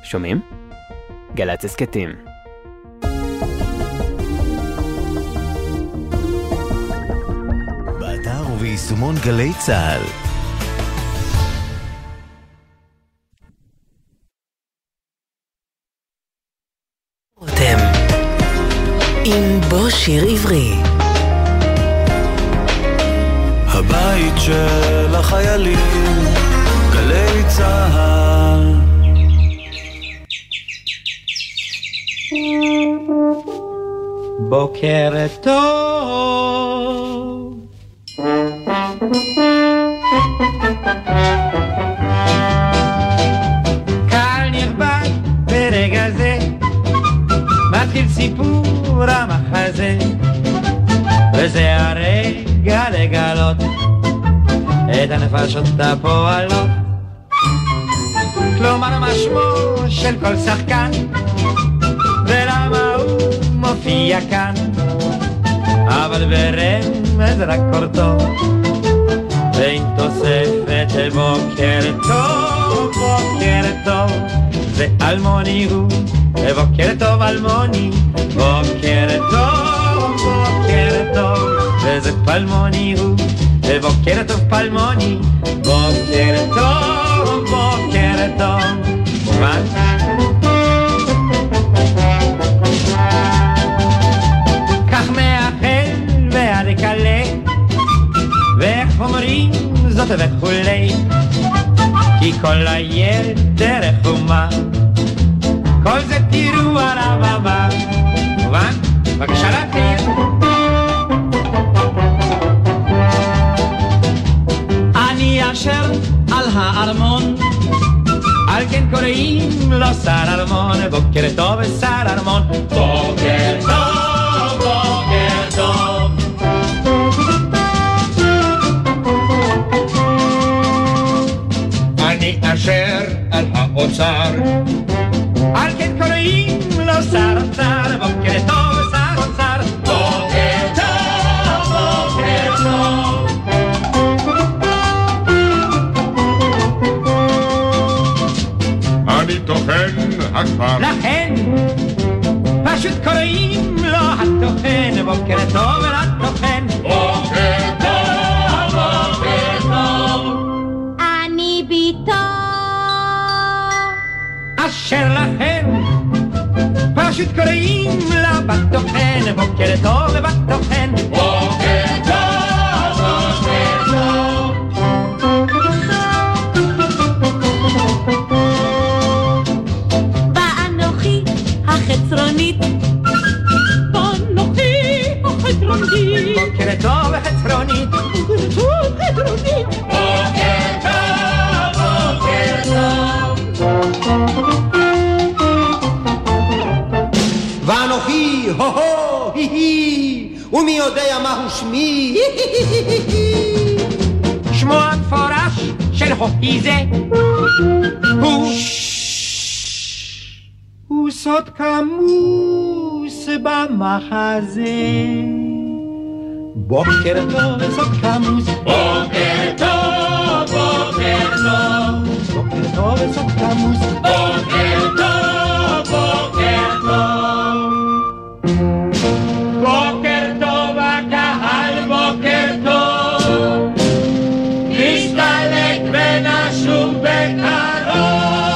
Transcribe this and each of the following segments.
שומעים? גל"צ הסכתים. באתר וביישומון גלי צה"ל. אתם עם בו שיר עברי. הבית של החיילים, גלי צה"ל. בוקר טוב, קהל נכבד, ברגע זה מתחיל סיפור המחזה, וזה הרגע לגלות את הנפשות הפועלות, כלומר מה שמו של כל שחקן ולמה הוא מופיע כאן, אבל ברמז רק קורטו ואין תוספת בוקר טוב, בוקר טוב, זה אלמוני הוא, בוקר טוב אלמוני, בוקר טוב, בוקר טוב, וזה פלמוני הוא, בוקר טוב פלמוני, בוקר טוב, בוקר טוב, מה? כך מאחל ועד קלה, ואיך אומרים זאת וכולי, כי כל היתר חומה, כל זה תראו על הבמה. מובן? בבקשה להתחיל. אני אשר על הארמון, על כן קוראים לו שר ארמון, בוקר טוב שר ארמון, בוקר טוב, בוקר טוב. אני אשר על האוצר, על כן קוראים לו שר אוצר, בוקר טוב שר אוצר, בוקר טוב, בוקר טוב. אני טוחן הכפר, לכן פשוט קוראים לו הטוחן, בוקר טוב לטוחן, בוקר טוב, בוקר טוב. אני ביתו אשר לכן פשוט קוראים לה בטוחן, בוקר טוב בטוחן, בוקר טוב, בוקר טוב. ואנוכי החצרונית, ואנוכי החצרונית, בוקר טוב חצרונית, בוקר טוב חצרונית, בוקר טוב, בוקר טוב. ואנוכי הו-הו, הי-הי, ומי יודע מהו שמי? שמו המפורש של הוקי זה הוא סוד כמוס במחזה, בוקר טוב סוד כמוס, בוקר טוב, בוקר טוב. בוקר טוב סוד כמוס, בוקר טוב, בוקר טוב. בוקר טוב הקהל, בוקר טוב, נשתלט ונשוב בקרוב.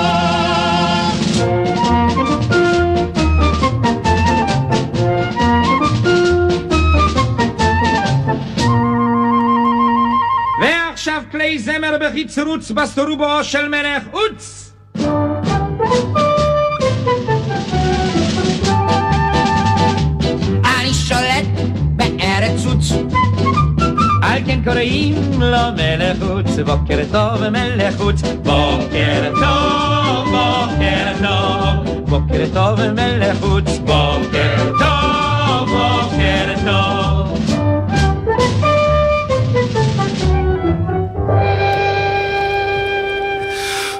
ועכשיו כלי זמר בחיצרוץ בסטרובו של מלך אוץ. אני שולט בארץ אוץ, על כן קוראים לו מלך אוץ, בוקר טוב מלך אוץ, בוקר טוב, בוקר טוב, בוקר טוב מלך אוץ, בוקר טוב, בוקר טוב.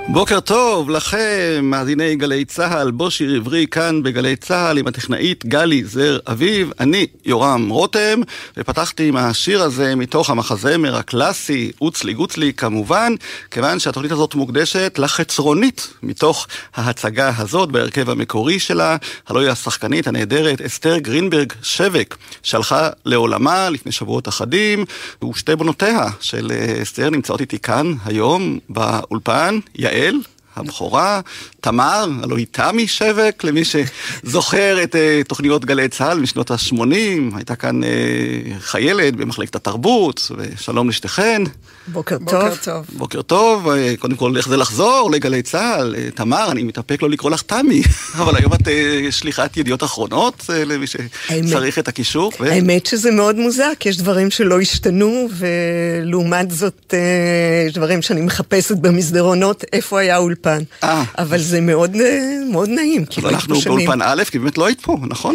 בוקר טוב לכם, מאזיני גלי צהל, בו שיר עברי כאן בגלי צהל עם הטכנאית גלי זר אביב, אני יורם רותם, ופתחתי עם השיר הזה מתוך המחזמר הקלאסי, אוצלי גוצלי כמובן, כיוון שהתוכנית הזאת מוקדשת לחצרונית מתוך ההצגה הזאת בהרכב המקורי שלה, הלוא היא השחקנית הנהדרת אסתר גרינברג שבק, שהלכה לעולמה לפני שבועות אחדים, ושתי בנותיה של אסתר נמצאות איתי כאן היום באולפן, יעל הבכורה, תמר, הלוא היא תמי שבק, למי שזוכר את תוכניות גלי צהל משנות ה-80, הייתה כאן חיילת במחלקת התרבות, ושלום לשתיכן. בוקר טוב. בוקר טוב, קודם כל איך זה לחזור לגלי צהל, תמר, אני מתאפק לא לקרוא לך תמי, אבל היום את שליחת ידיעות אחרונות, למי שצריך את הקישור. האמת שזה מאוד מוזר, כי יש דברים שלא השתנו, ולעומת זאת, יש דברים שאני מחפשת במסדרונות, איפה היה אולפן. אבל זה מאוד נעים. אבל אנחנו באולפן א', כי באמת לא היית פה, נכון?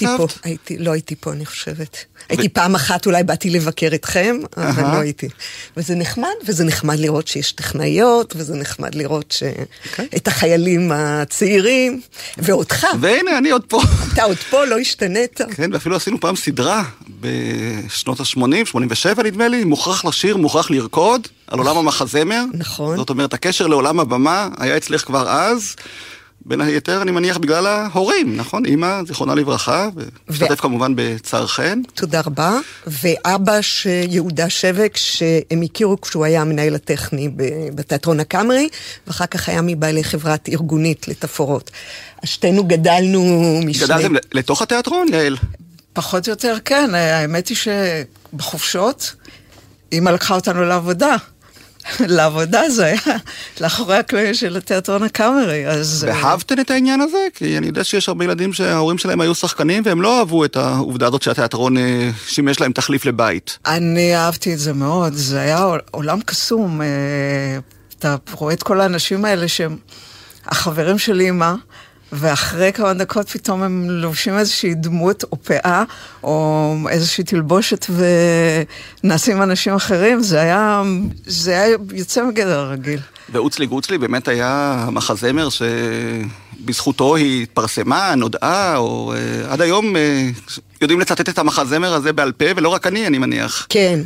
לא הייתי פה, אני חושבת. הייתי פעם אחת, אולי באתי לבקר אתכם, אבל לא הייתי. וזה נחמד לראות שיש טכנאיות, וזה נחמד לראות את החיילים הצעירים, ואותך. והנה, אני עוד פה. אתה עוד פה, לא השתנית. כן, ואפילו עשינו פעם סדרה, בשנות ה-80, 87 נדמה לי, מוכרח לשיר, מוכרח לרקוד, על עולם המחזמר. נכון. זאת אומרת, הקשר לעולם הבמה היה אצלך כבר אז, בין היתר, אני מניח, בגלל ההורים, נכון? אמא, זיכרונה לברכה, ומשתתף כמובן בצערכן. תודה רבה. ואבא יהודה שבק, שהם הכירו כשהוא היה המנהל הטכני בתיאטרון הקאמרי, ואחר כך היה מבעלי חברת ארגונית לתפאורות. שתינו גדלנו משני... גדלתם לתוך התיאטרון, יעל? פחות או יותר, כן. האמת היא שבחופשות, אמא לקחה אותנו לעבודה זה היה לאחורי הקלעים של התיאטרון הקאמרי, אז... ואהבתן את העניין הזה? כי אני יודע שיש הרבה ילדים שההורים שלהם היו שחקנים, והם לא אהבו את העובדה הזאת שהתיאטרון שימש להם תחליף לבית. אני אהבתי את זה מאוד, זה היה עולם קסום. אתה רואה את כל האנשים האלה שהם החברים של אמא, ואחרי כמה דקות פתאום הם לובשים איזושהי דמות או פאה, או איזושהי תלבושת ונעשים אנשים אחרים, זה היה יוצא מגדר הרגיל. ואוצלי גוצלי באמת היה המחזמר שבזכותו היא התפרסמה, נודעה, או עד היום יודעים לצטט את המחזמר הזה בעל פה, ולא רק אני מניח. כן,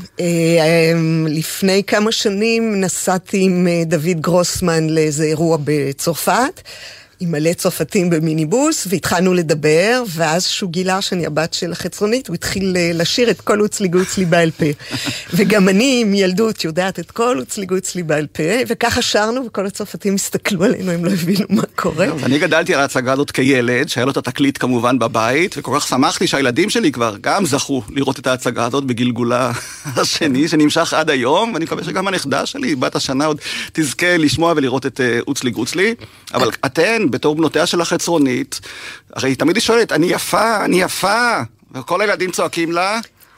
לפני כמה שנים נסעתי עם דוד גרוסמן לאיזה אירוע בצרפת, עם מלא צרפתים במיניבוס, והתחלנו לדבר, ואז שהוא גילה שאני הבת של החצרונית, הוא התחיל לשיר את כל אוצלי גוצלי בעל פה. וגם אני עם ילדות יודעת את כל אוצלי גוצלי בעל פה, וככה שרנו, וכל הצרפתים הסתכלו עלינו, הם לא הבינו מה קורה. אני גדלתי על ההצגה הזאת כילד, שהיה לו את התקליט כמובן בבית, וכל כך שמחתי שהילדים שלי כבר גם זכו לראות את ההצגה הזאת בגלגולה השני, שנמשך עד היום, ואני מקווה שגם הנכדה שלי, בת השנה, עוד תזכה לשמוע ולראות את אוצלי גוצלי. אבל אתן, בתור בנותיה של החצרונית, הרי תמיד היא שואלת, אני יפה, וכל הילדים צועקים לה,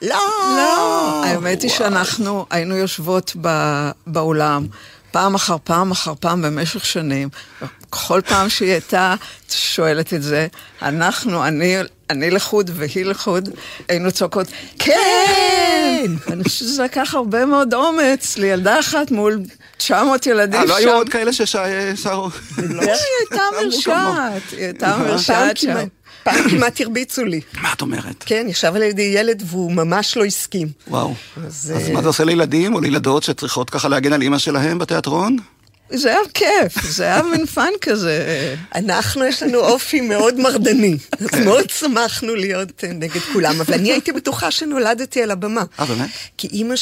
לא. האמת היא שאנחנו היינו יושבות באולם, פעם אחר פעם במשך שנים, כל פעם שהיא הייתה שואלת את זה, אני לחוד והיא לחוד, היינו צועקות, כן! אני חושבת שזה לקח הרבה מאוד אומץ לילדה אחת מול 900 ילדים שם. לא היו עוד כאלה ששרו? לא, היא הייתה מרשעת שם. פעם כמעט הרביצו לי. מה את אומרת? כן, ישב על ידי ילד והוא ממש לא הסכים. וואו. אז מה זה עושה לילדים או לילדות שצריכות ככה להגן על אמא שלהם בתיאטרון? זה היה כיף, זה היה מין פן כזה. אנחנו, יש לנו אופי מאוד מרדני, אז מאוד שמחנו להיות נגד כולם, אבל אני הייתי בטוחה שנולדתי על הבמה. באמת? כי אמא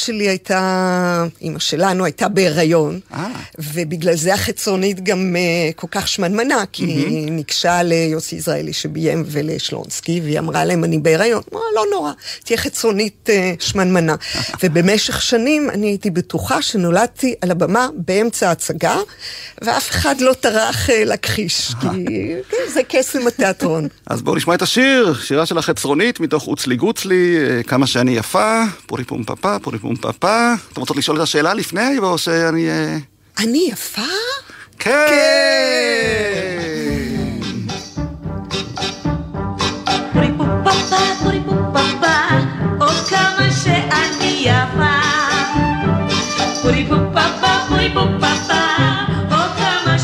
שלנו הייתה בהיריון, ובגלל זה החצרונית גם כל כך שמנמנה, כי היא נקשה ליוסי יזרעאלי שביים ולשלונסקי, והיא אמרה להם, אני בהיריון. לא נורא, תהיה חצרונית שמנמנה. ובמשך שנים אני הייתי בטוחה שנולדתי על הבמה באמצע ההצגה, ואף אחד לא טרח להכחיש, כי זה קסם התיאטרון. אז בואו נשמע את השיר, שירה של החצרונית, מתוך אוצלי גוצלי, כמה שאני יפה, פורי פום פפה, פורי פום פפה. אתם רוצות לשאול את השאלה לפני, או שאני... אני יפה? כן! פורי פום פפה, פורי פום פפה, עוד כמה שאני יפה. פורי פום פפה, פורי פום פפה, עוד כמה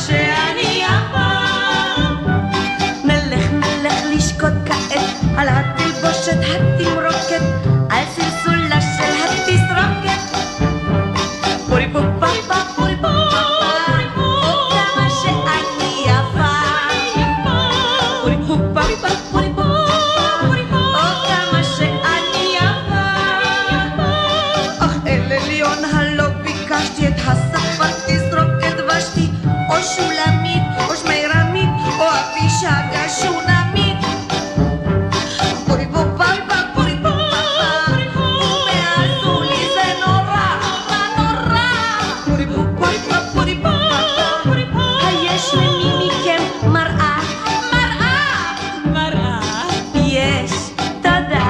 תלמיד, או שמי רמית, או אבישג השונמית. פורי פופה, פורי פופה, ומעשו לי זה נורא, נורא. פורי פופה, פורי פופה, היש למי מכם מראה, מראה, מראה. יש, תודה.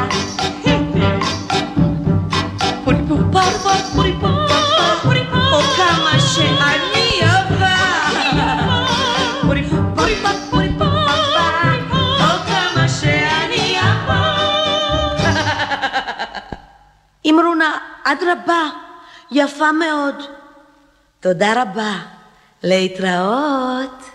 פורי פופה, פורי פופה, או כמה שאני יפה. פורי פופה, פורי פופה, או כמה שאני יפה. אמרו נא, אדרבה, יפה מאוד. תודה רבה, להתראות.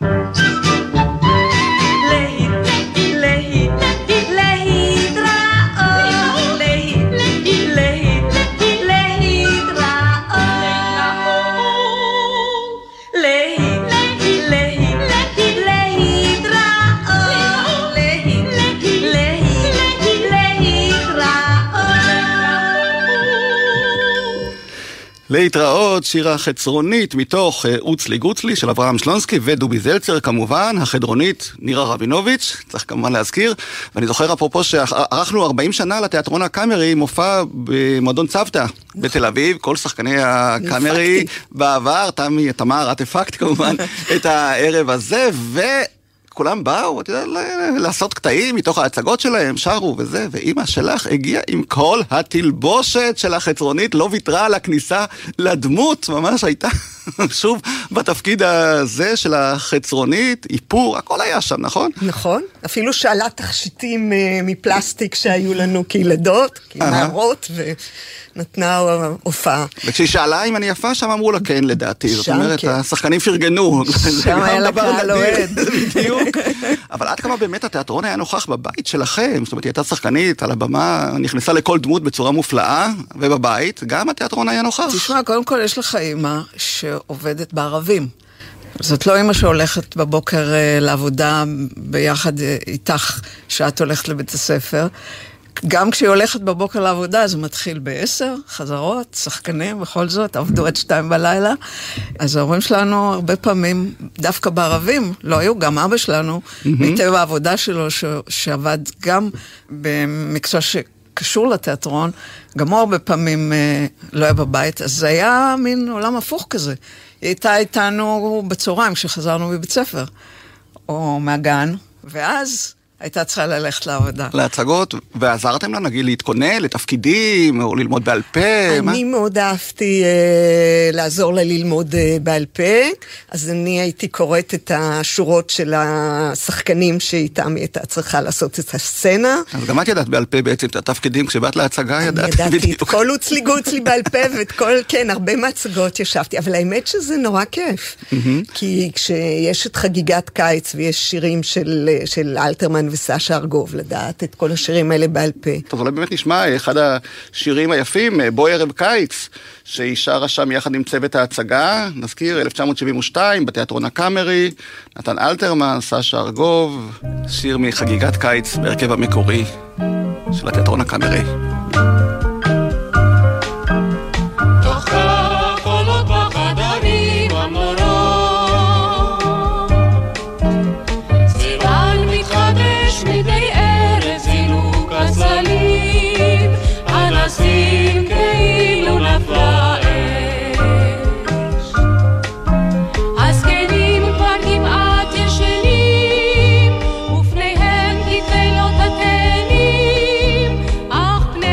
להתראות, שירה חצרונית מתוך אוצלי גוצלי של אברהם שלונסקי ודובי זלצר כמובן, החדרונית נירה רבינוביץ', צריך כמובן להזכיר, ואני זוכר אפרופו שערכנו 40 שנה לתיאטרון הקאמרי, מופע במועדון צוותא בתל אביב, כל שחקני הקאמרי בעבר, תמי, תמר, את הפקת כמובן את הערב הזה, כולם באו, אתה יודע, לעשות קטעים מתוך ההצגות שלהם, שרו וזה, ואמא שלך הגיעה עם כל התלבושת של החצרונית, לא ויתרה על הכניסה לדמות, ממש הייתה שוב בתפקיד הזה של החצרונית, איפור, הכל היה שם, נכון? נכון, אפילו שאלה תכשיטים מפלסטיק שהיו לנו כילדות, כנערות, ונתנה הופעה. וכשהיא שאלה אם אני יפה, שם אמרו לה כן לדעתי, זאת אומרת, השחקנים פרגנו. שם היה לה קהל אוהד. בדיוק. אבל עד כמה באמת התיאטרון היה נוכח בבית שלכם, זאת אומרת, היא הייתה שחקנית על הבמה, נכנסה לכל דמות בצורה מופלאה, ובבית גם התיאטרון היה נוכח. תשמע, קודם כל יש לך אימא שעובדת בערבים. זאת לא אימא שהולכת בבוקר לעבודה ביחד איתך שאת הולכת לבית הספר. גם כשהיא הולכת בבוקר לעבודה, זה מתחיל ב10, חזרות, שחקנים, בכל זאת, עבדו עד 2 בלילה. אז ההורים שלנו הרבה פעמים, דווקא בערבים, לא היו, גם אבא שלנו, מטבע העבודה שלו, שעבד גם במקצוע שקשור לתיאטרון, גם הוא הרבה פעמים לא היה בבית, אז זה היה מין עולם הפוך כזה. היא הייתה איתנו בצהריים כשחזרנו מבית ספר, או מהגן, ואז הייתה צריכה ללכת לעבודה. להצגות, ועזרתם לה, נגיד, להתכונן לתפקידים, או ללמוד בעל פה? אני מאוד אהבתי לעזור לה ללמוד בעל פה, אז אני הייתי קוראת את השורות של השחקנים שאיתם הייתה צריכה לעשות את הסצנה. אז גם את ידעת בעל פה בעצם את התפקידים, כשבאת להצגה ידעת בדיוק. אני ידעתי את כל הוצלי גוצלי בעל פה, ואת כל, כן, הרבה מהצגות ישבתי, אבל האמת שזה נורא כיף, כי כשיש את חגיגת קיץ, ויש שירים של אלתרמן וסשה ארגוב, לדעת את כל השירים האלה בעל פה. טוב, אולי באמת נשמע אחד השירים היפים, בואי ערב קיץ, שהיא שרה שם יחד עם צוות ההצגה, נזכיר, 1972, בתיאטרון הקאמרי, נתן אלתרמן, סשה ארגוב, שיר מחגיגת קיץ בהרכב המקורי של התיאטרון הקאמרי. פני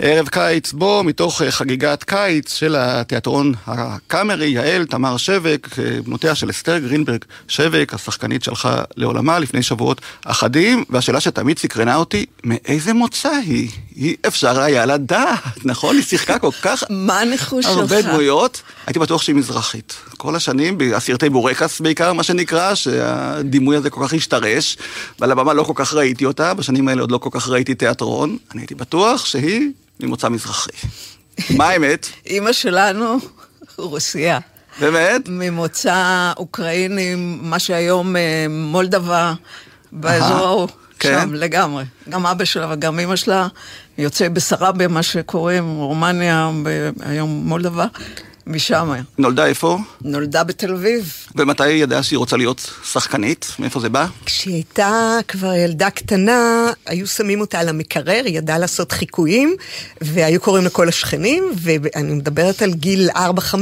לערב קיץ בו, מתוך חגיגת קיץ של התיאטרון הקאמרי, יעל תמר שבק, בנותיה של אסתר גרינברג שבק, השחקנית שלחה לעולמה לפני שבועות אחדים, והשאלה שתמיד סקרנה אותי, מאיזה מוצא היא? היא אפשר היה לדעת, נכון? היא שיחקה כל כך הרבה דמויות, הייתי בטוח שהיא מזרחית. כל השנים, בסרטי בורקס בעיקר, מה שנקרא, שהדימוי הזה כל כך השתרש, ועל הבמה לא כל כך ראיתי אותה, בשנים האלה עוד לא כל כך ראיתי תיאטרון, אני הייתי בטוח שהיא ממוצא מזרחי. מה האמת? אמא שלנו רוסיה. באמת? ממוצא אוקראיני, מה שהיום מולדובה, באזור שם לגמרי. גם אבא שלה וגם אמא שלה יוצא בסרביה, מה שקוראים רומניה, היום מולדובה. משם. נולדה איפה? נולדה בתל אביב. ומתי היא ידעה שהיא רוצה להיות שחקנית? מאיפה זה בא? כשהיא הייתה כבר ילדה קטנה, היו שמים אותה על המקרר, היא ידעה לעשות חיקויים, והיו קוראים לכל השכנים, ואני מדברת על גיל 4-5,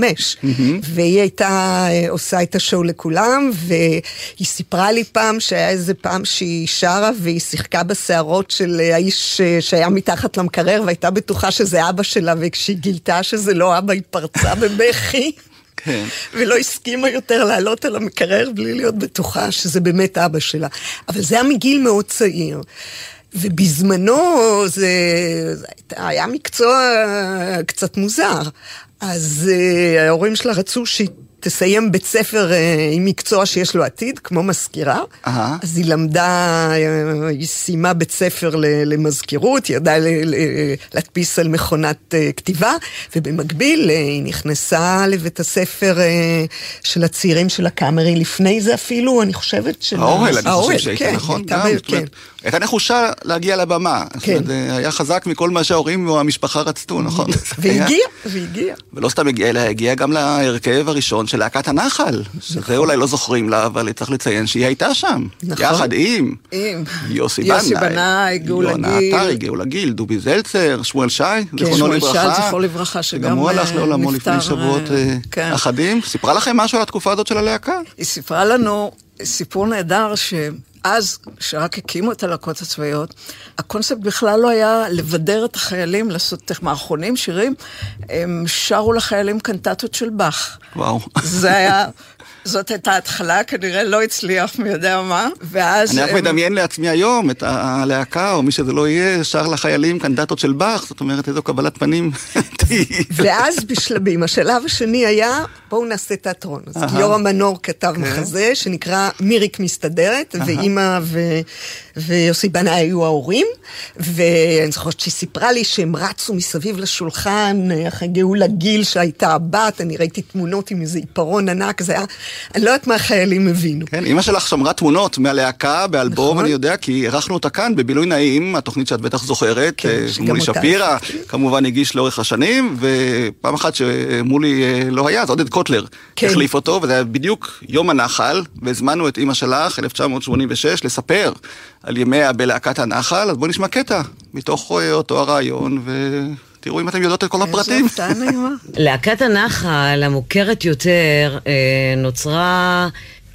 והיא הייתה עושה את השואו לכולם, והיא סיפרה לי פעם שהיה איזה פעם שהיא שרה, והיא שיחקה בשערות של האיש שהיה מתחת למקרר, והייתה בטוחה שזה אבא שלה, וכשהיא גילתה שזה לא אבא, היא פרצה בכי, ולא הסכימה יותר לעלות על המקרר בלי להיות בטוחה שזה באמת אבא שלה. אבל זה היה מגיל מאוד צעיר. ובזמנו זה היה מקצוע קצת מוזר. אז ההורים שלה רצו שהיא תסיים בית ספר עם מקצוע שיש לו עתיד, כמו מזכירה. אז היא למדה, היא סיימה בית ספר למזכירות, היא ידעה להדפיס על מכונת כתיבה, ובמקביל היא נכנסה לבית הספר של הצעירים של הקאמרי, לפני זה אפילו, אני חושבת של... האוהל, אני חושב שהייתה, נכון? הייתה נחושה להגיע לבמה. היה חזק מכל מה שההורים או המשפחה רצתו, נכון? והגיע. ולא סתם הגיע, אלא הגיע גם להרכב הראשון של להקת הנחל. שזה אולי לא זוכרים לה, אבל צריך לציין שהיא הייתה שם. יחד עם יוסי בנאי, יונה עטרי, גאולה גיל, דובי זלצר, שמואל שי, זכרו לברכה, שגם הוא הלך לעולמו לפני שבועות אחדים. סיפרה לכם משהו על התקופה הזאת של הלהקה? היא סיפרה לנו סיפור נהדר אז, שרק הקימו את הלהקות הצבאיות, הקונספט בכלל לא היה לבדר את החיילים, לעשות מערכונים, שירים, הם שרו לחיילים קנטטות של באך. וואו. זאת הייתה התחלה, כנראה לא הצליח מי יודע מה, ואז... אני רק מדמיין לעצמי היום את הלהקה, או מי שזה לא יהיה, שר לחיילים קנטטות של באך, זאת אומרת, איזו קבלת פנים. ואז בשלבים, השלב השני היה, בואו נעשה תיאטרון. אז יורם מנור כתב מחזה, שנקרא מיריק מסתדרת, ואמא ויוסי בנאי היו ההורים, ואני זוכרת שהיא סיפרה לי שהם רצו מסביב לשולחן, אחרי גאולה גיל שהייתה הבת, אני ראיתי תמונות עם איזה עיפרון ענק, זה היה... אני לא יודעת מה החיילים הבינו. כן, אמא שלך שמרה תמונות מהלהקה באלבום, אני יודע, כי ערכנו אותה כאן בבילוי נעים, התוכנית שאת בטח זוכרת, מולי שפירה, כמובן הגיש לאורך השנים, ופעם אחת שמולי לא היה, אז עודד קוטלר החליף אותו, וזה היה בדיוק יום הנחל, והזמנו את אמא שלך, 1986, לספר על ימיה בלהקת הנחל, אז בואו נשמע קטע מתוך אותו הרעיון, תראו אם אתם יודעות את כל הפרטים. להקת הנחל המוכרת יותר נוצרה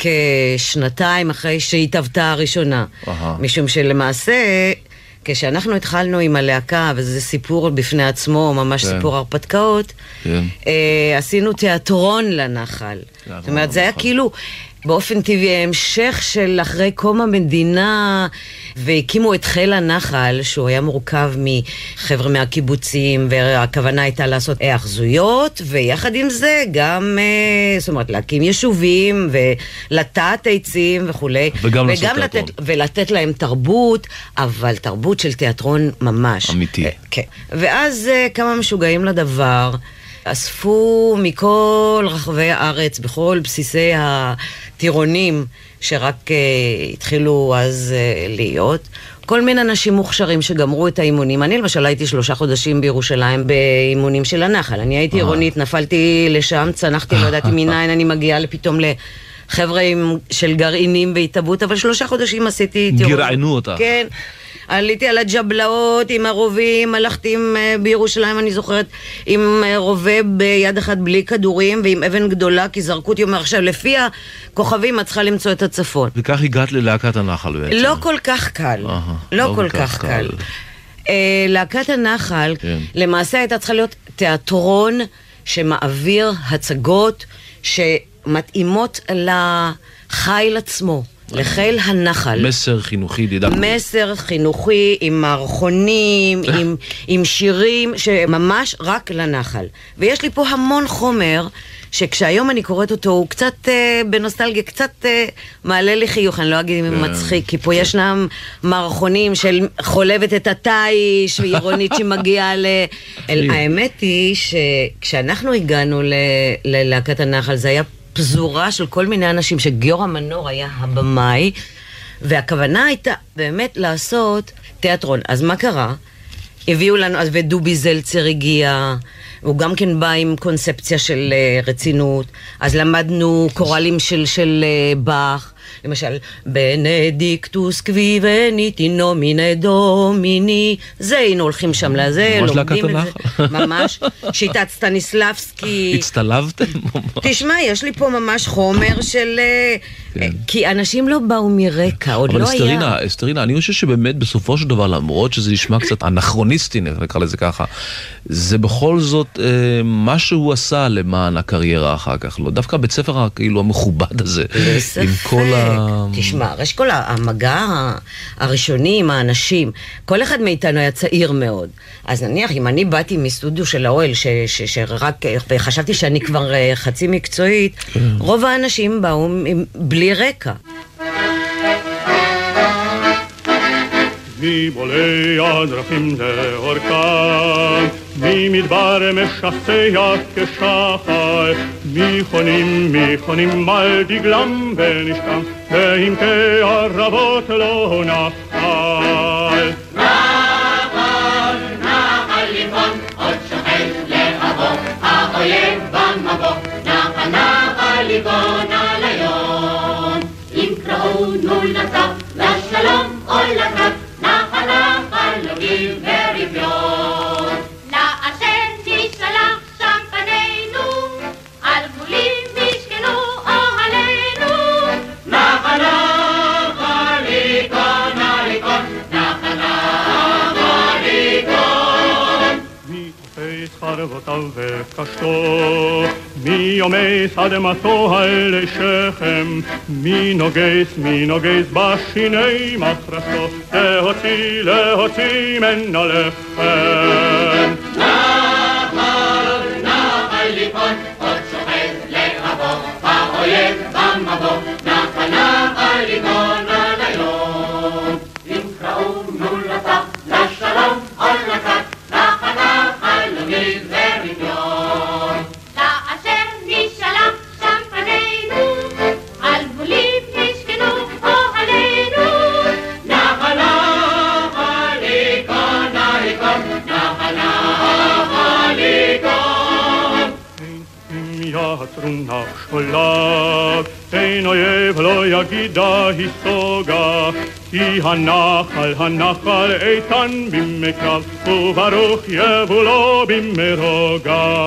כשנתיים אחרי שהיא טבתה הראשונה. משום שלמעשה, כשאנחנו התחלנו עם הלהקה, וזה סיפור בפני עצמו, ממש סיפור הרפתקאות, עשינו תיאטרון לנחל. זאת אומרת, זה היה כאילו... באופן טבעי המשך של אחרי קום המדינה, והקימו את חיל הנחל, שהוא היה מורכב מחבר'ה מהקיבוצים, והכוונה הייתה לעשות אחזויות, ויחד עם זה גם, זאת אומרת, להקים יישובים, ולטעת עצים וכולי. וגם לעשות תיאטרון. ולתת להם תרבות, אבל תרבות של תיאטרון ממש. אמיתי. כן. ואז כמה משוגעים לדבר, אספו מכל רחבי הארץ, בכל בסיסי הטירונים שרק התחילו אז להיות, כל מיני אנשים מוכשרים שגמרו את האימונים. אני למשל הייתי 3 חודשים בירושלים באימונים של הנחל. אני הייתי עירונית, נפלתי לשם, צנחתי, לא ידעתי מניין, אני מגיעה פתאום לחבר'ה של גרעינים בהתאבות, אבל 3 חודשים עשיתי טירונים. גרענו אותה. כן. עליתי על הג'בלאות עם הרובים, הלכתי בירושלים, אני זוכרת, עם רובה ביד אחת בלי כדורים, ועם אבן גדולה, כי זרקו אותי אומר, עכשיו, לפי הכוכבים, את צריכה למצוא את הצפון. וכך הגעת ללהקת הנחל בעצם. לא כל כך קל. לא כל כך קל. להקת הנחל, למעשה הייתה צריכה להיות תיאטרון שמעביר הצגות שמתאימות לחיל עצמו. לחיל הנחל. מסר חינוכי דידקטי. מסר חינוכי עם מערכונים, עם שירים שממש רק לנחל. ויש לי פה המון חומר שכשהיום אני קוראת אותו הוא קצת בנוסטלגיה, קצת מעלה לי חיוך, אני לא אגיד אם מצחיק, כי פה ישנם מערכונים של חולבת את התאיש ועירונית שמגיעה האמת היא שכשאנחנו הגענו ללהקת הנחל זה היה פזורה של כל מיני אנשים שגיורא מנור היה הבמאי, והכוונה הייתה באמת לעשות תיאטרון. אז מה קרה? הביאו לנו, אז ודובי זלצר הגיע, הוא גם כן בא עם קונספציה של רצינות, אז למדנו קורלים של באך, למשל, בנדיקטוס קוויבניטי נומיני דומיני, זה היינו הולכים שם לזה, לומדים את זה, ממש, שיטת סטניסלבסקי. הצטלבתם? תשמע, יש לי פה ממש חומר של... כי אנשים לא באו מרקע, עוד לא היה... אבל אסתרינה, אני חושב שבאמת בסופו של דבר, למרות שזה נשמע קצת אנכרוניסטי, נקרא לזה ככה, זה בכל זאת מה שהוא עשה למען הקריירה אחר כך, לא? דווקא בית ספר כאילו המכובד הזה, עם כל תשמע, יש כל המגע הראשוני עם האנשים, כל אחד מאיתנו היה צעיר מאוד. אז נניח, אם אני באתי מסטודיו של האוהל, שרק, וחשבתי שאני כבר חצי מקצועית, רוב האנשים באו בלי רקע. מבולי הדרכים לאורכם, ממדבר משסע כשחר, מחונים על דגלם ונשכם, ועם כערבות לא נחל. נחל, נחל ליפון, עוד שוכן להבוא, האויב במבוא, נחל, נחל ליפון על היום. אם קראונו לצו, לשלום או לקרב, נחל נחל לוגיל ורביון. לאשר נשלח שם פנינו, על גבולים נשכנו אוהלינו. נחל נחל ליכון הליכון, נחל נחל ליכון. מי תופס חרבותיו וקשתו, מי יומס אדמתו על שכם, מי נוגס בשיני מחרשתו, להוציא מנה לחם. נחל, נחל ליפון, עוד שוכן להבוא, האויב במבוא, נחל נחל ליכון על היום. אם קראונו לצו, לשלום או לקרב, נחל נחל לוגיל ורביון. לאשר נשלח שם פנינו, על גבולים נשכנו אוהלינו. נחל נחל ליכון הליכון, נחל נחל ליכון. אם יעצרו נחשוליו, אין אויב לא יגידה היסוגה, כי הנחל איתן בימי קרב, וברוך יבולו במרוגה.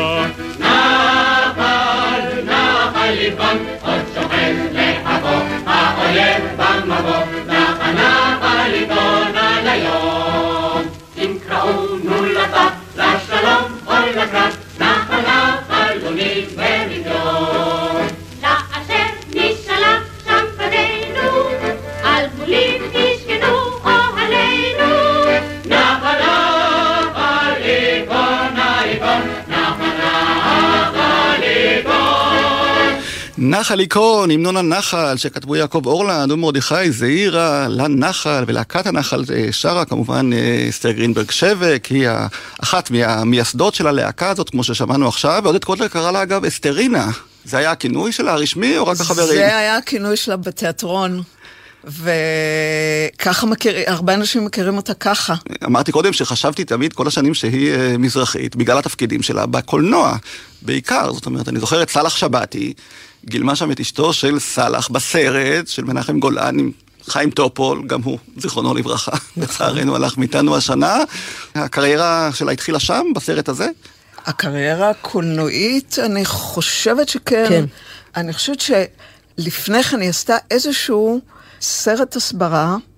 נחל, נחל ליפון, עוד שוכן להבוא, האויב במבוא, נחל נחל ליכון על היום. אם קראונו לצו, לשלום או לקרב, נחל נחל לוגיל ורביון. לאשר נשלח שם פנינו, על גבולים נשכנו אוהלינו. נחל נחל ליכון הליכון, נחל נחל ליכון. נחל ליכון, המנון הנחל שכתבו יעקב אורלנד ומרדכי זעירא לנחל, ולהקת הנחל שרה כמובן אסתר גרינברג שבק, היא אחת מהמייסדות של הלהקה הזאת כמו ששמענו עכשיו, ועודד קוטלר קרא לה אגב אסתרינה. זה היה הכינוי שלה הרשמי או רק החברים? זה היה הכינוי שלה בתיאטרון, וככה הרבה אנשים מכירים אותה ככה. אמרתי קודם שחשבתי תמיד כל השנים שהיא מזרחית, בגלל התפקידים שלה בקולנוע, בעיקר. זאת אומרת, אני זוכר את סלח שבתי, גילמה שם את אשתו של סלח בסרט של מנחם גולן עם חיים טופול, גם הוא, זיכרונו לברכה, לצערנו הלך מאיתנו השנה. הקריירה שלה התחילה שם, בסרט הזה? הקריירה הקולנועית, אני חושבת שכן. כן. אני חושבת שלפני כן היא עשתה איזשהו סרט הסברה,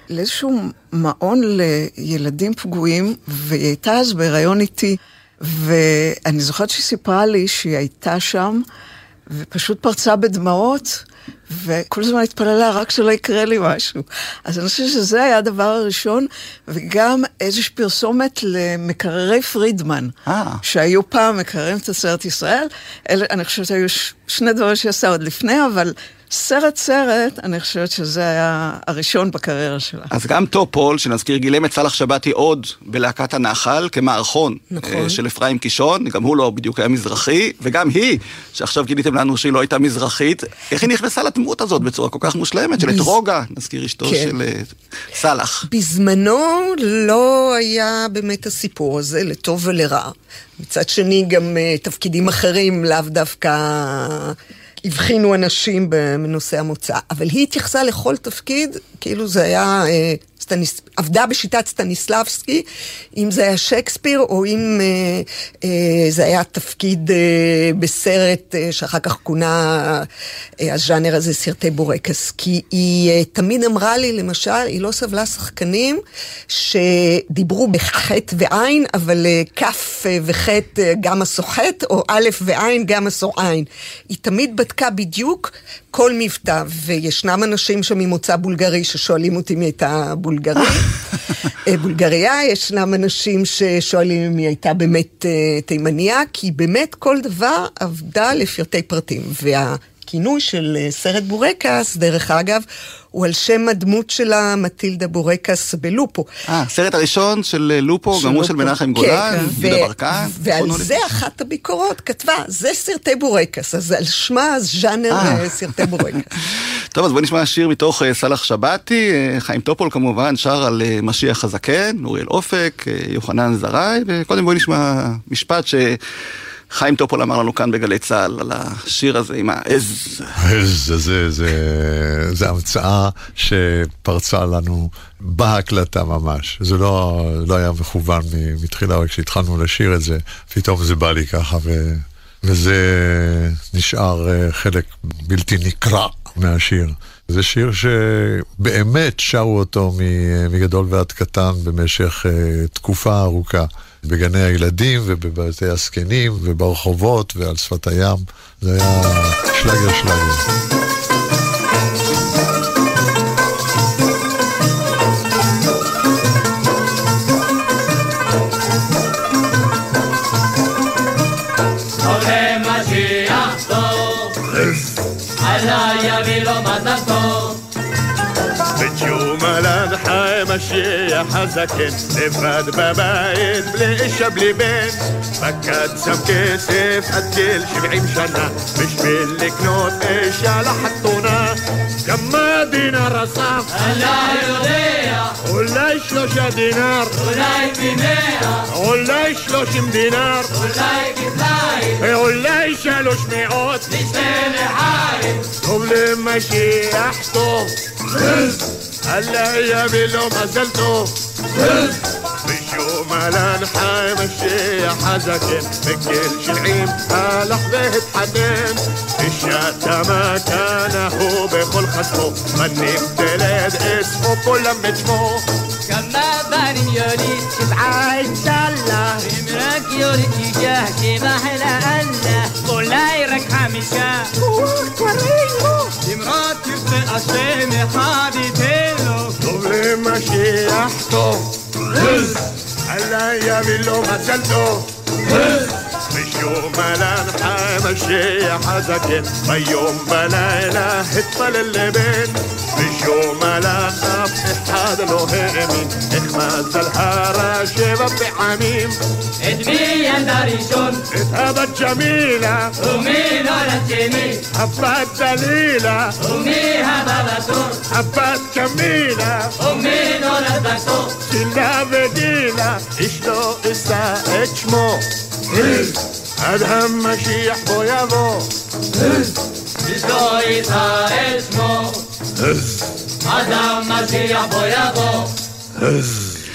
לאיזשהו מעון לילדים פגועים, והיא הייתה אז בהיריון איתי, ואני זוכרת שהיא סיפרה לי שהיא הייתה שם, ופשוט פרצה בדמעות, וכל הזמן התפללה, רק שלא יקרה לי משהו. אז אני חושבת שזה היה הדבר הראשון, וגם איזושהי פרסומת למקררי פרידמן, שהיו פעם מקררים את הסרט ישראל. אני חושבת שהיו שני דברים שעשה עוד לפני, אבל סרט, אני חושבת שזה היה הראשון בקריירה שלה. אז גם טופול, שנזכיר, גילם את סלח שבתי עוד בלהקת הנחל, כמערכון של אפרים קישון, גם הוא לא בדיוק היה מזרחי, וגם היא, שעכשיו גיליתם לנו שהיא לא הייתה מזרחית, איך היא נכנסה לדמות הזאת בצורה כל כך מושלמת, של אתרוגה, נזכיר אשתו של סלח. בזמנו לא היה באמת הסיפור הזה, לטוב ולרע. מצד שני, גם תפקידים אחרים לאו דווקא הבחינו אנשים בנושא המוצא, אבל היא התייחסה לכל תפקיד, כאילו זה היה, עבדה בשיטת סטניסלבסקי, אם זה היה שייקספיר, או אם זה היה תפקיד בסרט שאחר כך כונה הז'אנר הזה סרטי בורקס, כי היא תמיד אמרה לי, למשל, היא לא סבלה שחקנים שדיברו בחטא ועין, אבל כף וחטא גם הסוחט, או א' ועין גם הסועין. היא תמיד בדקה בדיוק כל מבטא, וישנם אנשים שממוצא בולגרי ששואלים אותי מי הייתה בולגריה, ישנם אנשים ששואלים אם היא הייתה באמת תימניה, כי באמת כל דבר עבדה לפרטי פרטים, והכינוי של סרט בורקס, דרך אגב, הוא על שם הדמות שלה, מטילדה בורקס בלופו. הסרט הראשון של לופו, גם הוא של מנחם גולן, יהודה ברקן. ועל זה אחת הביקורות כתבה, זה סרטי בורקס, אז על שמה ז'אנר סרטי בורקס. טוב, אז בוא נשמע שיר מתוך סלח שבתי, חיים טופול כמובן, שר על משיח הזקן, אוריאל אופק, יוחנן זרעי, וקודם בוא נשמע משפט חיים טופול אמר לנו כאן בגלי צהל על השיר הזה עם העז. העז הזה, זה המצאה שפרצה לנו בהקלטה ממש. זה לא היה מכוון מתחילה, רק כשהתחלנו לשיר את זה, פתאום זה בא לי ככה, וזה נשאר חלק בלתי נקרא מהשיר. זה שיר שבאמת שרו אותו מגדול ועד קטן במשך תקופה ארוכה. בגני הילדים ובבתי הזקנים וברחובות ועל שפת הים. זה היה שלגר. עולה משיח טוב, עלה יביא לו מזל טוב. בג'ומלן חי משיח הזקן, לבד בבית בלי אישה בלי בן, פקד שם כסף עד גיל 70 שנה בשביל לקנות אישה לחתונה. כמה דינר אסף? אני יודע, אולי 3 דינר, אולי ב100, אולי 30 דינר, אולי כפליים, אולי 300 לשתי לחיים. טוב למשיח טוב, Allah יביא לו מזל טוב. בשומלן חי משיח הזקן, בגיל 70 הלך והתחתן. אישה מקנה הוא בכל חסמו, בנים תלד אסמו כולם בשמו. כמה בנים יוליד 7 אינשאללה, אם רק יוליד תיגה כמחלה אללה, אולי רק 5 אמרת תרצה השם אחד ייתן לו. טוב למשיח טוב, אללה יביא לו מזל טוב. בשומלן חי משיח הזקן, ביום בלילה התפלל לבן. בשומלן אף אחד לא האמין, איך מזל הרע 7 פעמים. את מי ילדה ראשון? את הבת ג'מילה. ומי נולד שני? הבת דלילה. ומי הבא בתור? הבת קמילה. ומי נולד בתור? צילה וגילה, אשתו אשא את שמו. עד המשיח בו יבוא, אשתו אשא את שמו. עד המשיח בו יבוא.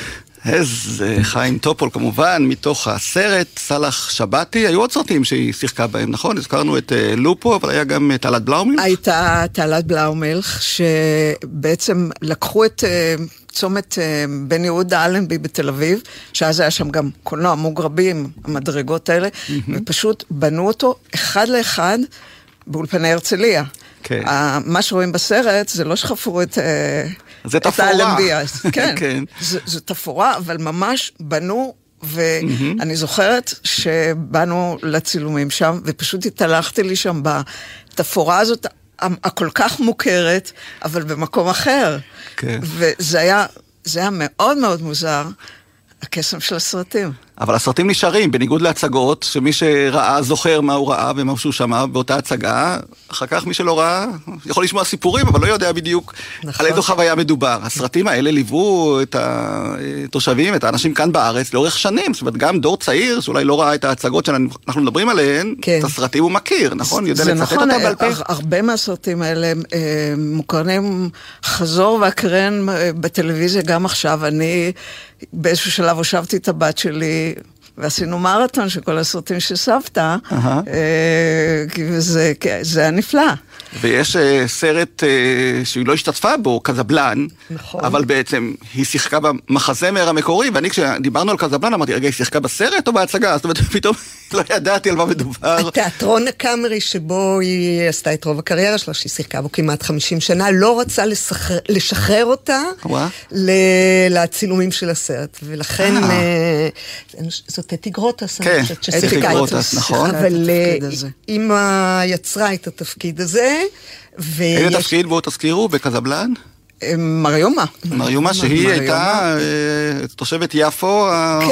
איזה חיים טופול כמובן, מתוך הסרט סלח שבתי. היו עוד סרטים שהיא שיחקה בהם, נכון? הזכרנו את לופו, אבל היה גם תעלת בלאומילך. הייתה תעלת בלאומילך, שבעצם לקחו את צומת בן יהודה אלנבי בתל אביב, שאז היה שם גם קולנוע מוגרבים, המדרגות האלה, ופשוט בנו אותו אחד לאחד באולפני הרצליה. מה שרואים בסרט זה לא שחפרו את האלנביה. כן, זה תפורה, אבל ממש בנו, ואני זוכרת שבאנו לצילומים שם, ופשוט התהלכתי לי שם בתפורה הזאת, הכל כך מוכרת, אבל במקום אחר. וזה היה מאוד מאוד מוזר, הקסם של הסרטים. אבל הסרטים נשארים, בניגוד להצגות, שמי שראה זוכר מה הוא ראה ומה שהוא שמע באותה הצגה, אחר כך מי שלא ראה יכול לשמוע סיפורים, אבל לא יודע בדיוק על איזו חוויה מדובר. הסרטים האלה ליוו את התושבים, את האנשים כאן בארץ, לאורך שנים. זאת אומרת, גם דור צעיר, שאולי לא ראה את ההצגות שאנחנו מדברים עליהן, את הסרטים הוא מכיר, נכון? יודע לצטט אותה בעל פה. הרבה מהסרטים האלה מוקרנים חזור והקרן בטלוויזיה גם עכשיו. אני באיזשהו שלב הושבתי את הבת שלי, ועשינו מרתון של כל הסרטים שסבתא, וזה היה נפלא. ויש סרט שהיא לא השתתפה בו, קזבלן, אבל בעצם היא שיחקה במחזמר המקורי, ואני כשדיברנו על קזבלן אמרתי, רגע, היא שיחקה בסרט או בהצגה? זאת אומרת, פתאום לא ידעתי על מה מדובר. התיאטרון הקאמרי שבו היא עשתה את רוב הקריירה שלה, שהיא שיחקה בו כמעט 50 שנה, לא רצה לשחרר אותה לצילומים של הסרט, ולכן זאת אתי גרוטס, כן, אתי גרוטס, נכון. אבל אמא יצרה את התפקיד הזה. איזה תפקיד בו תזכירו בקזבלן? מריומה. מריומה שהיא הייתה תושבת יפו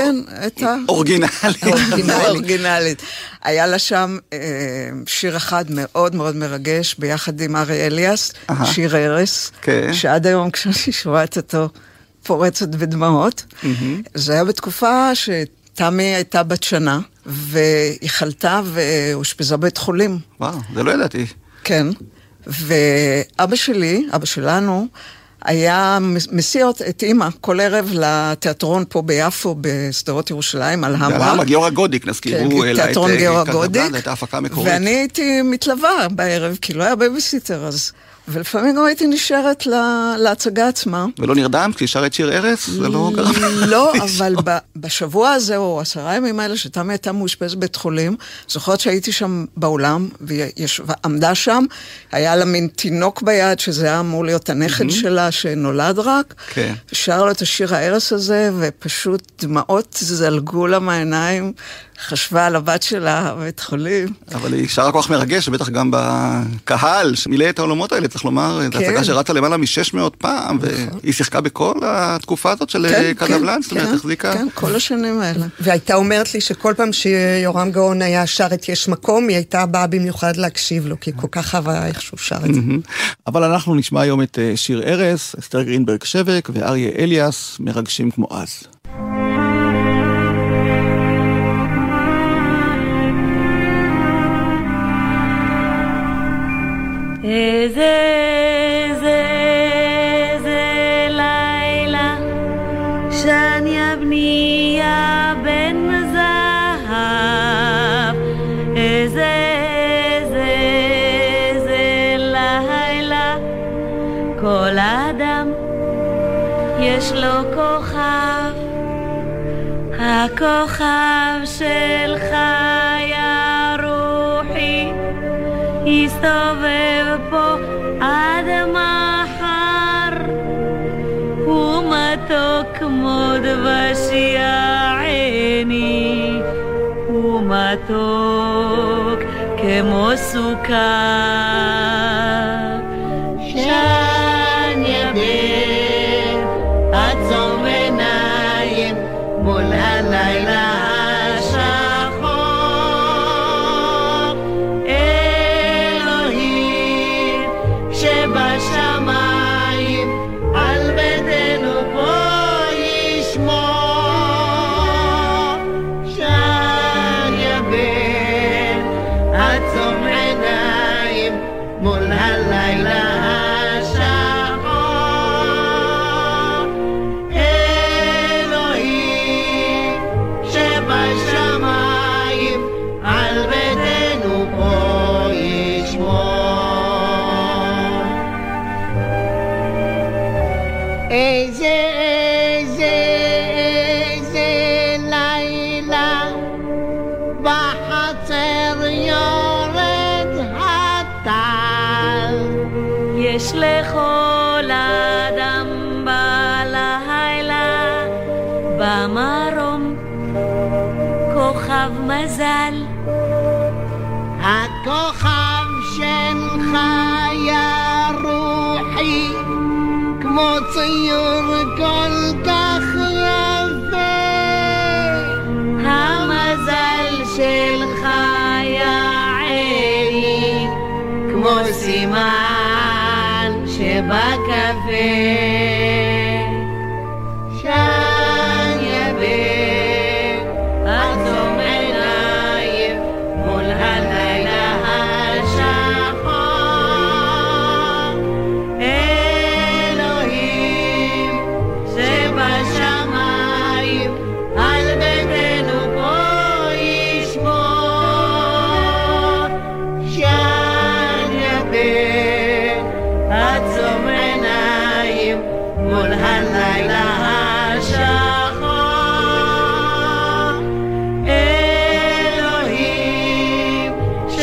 אורגינלית. היה לה שם שיר אחד מאוד מאוד מרגש ביחד עם ארי אליאס, שיר ארס, שעד היום כשאני שומעת אותו פורצת בדמעות. זה היה בתקופה שתמי הייתה בת שנה, והיא חלתה והושפזה בית חולים. וואו, זה לא ידעתי. כן. ואבא שלי, אבא שלנו, היה מסיע את אמא כל ערב לתיאטרון פה ביפו, בסדרות ירושלים, על המרה. גיורא גודיק, נזכיר. כן, תיאטרון גיורא גודיק. הייתה הפקה מקורית. ואני הייתי מתלווה בערב, כי לא היה בייביסיטר אז. ולפעמים גם הייתי נשארת להצגה עצמה. ולא נרדם כי שרת שיר ארס? זה לא גרם. לא, אבל בשבוע הזה, או 10 ימים האלה, שתמי הייתה מאושפזת בית חולים, זוכרת שהייתי שם באולם, ועמדה שם, היה לה מין תינוק ביד, שזה היה אמור להיות הנכד שלה, שנולד רק, שר לו את השיר הארס הזה, ופשוט דמעות זלגו לה מהעיניים, חשבה על הבת שלה בבית חולים. אבל היא שרה כוח מרגש, ובטח גם בקהל, שמילא את העולמות האלה, צריך לומר, זו הצגה שרצה למעלה מ-600 פעם, והיא שיחקה בכל התקופה הזאת של קזבלן, זאת אומרת, החזיקה. כן, כל השנים האלה. והייתה אומרת לי שכל פעם שיורם גאון היה שר את יש מקום, היא הייתה באה במיוחד להקשיב לו, כי כל כך אהבה איך שהוא שר את זה. אבל אנחנו נשמע היום את שיר ארס, אסתר גרינברג שבק ואריה אליאס, מרגשים כמו אז. איזה לילה שאני בנייה בן זהב איזה לילה כל אדם יש לו כוכב הכוכב שלך יא רוחי יסתובב פה עד מחר ומתוק כמו דבש יעני ומתוק כמו סוכר שאני יבן עצום עיניים מול הלילה אלוהים איזה לילה בחצר יורד הטל. יש לכל אדם בלילה במרום כוכב מזל. הכוכב שלך יא רוחי כמו ציור כל כך יפה. המזל שלך יא עיני כמו סימן שבקפה. שן יבק עצום עיניים מול הלילה השחור. אלוהים שבשמיים על ביתנו בוא ישמור. שן יבק עצום עיניים מול הלילה השחור. אלוהים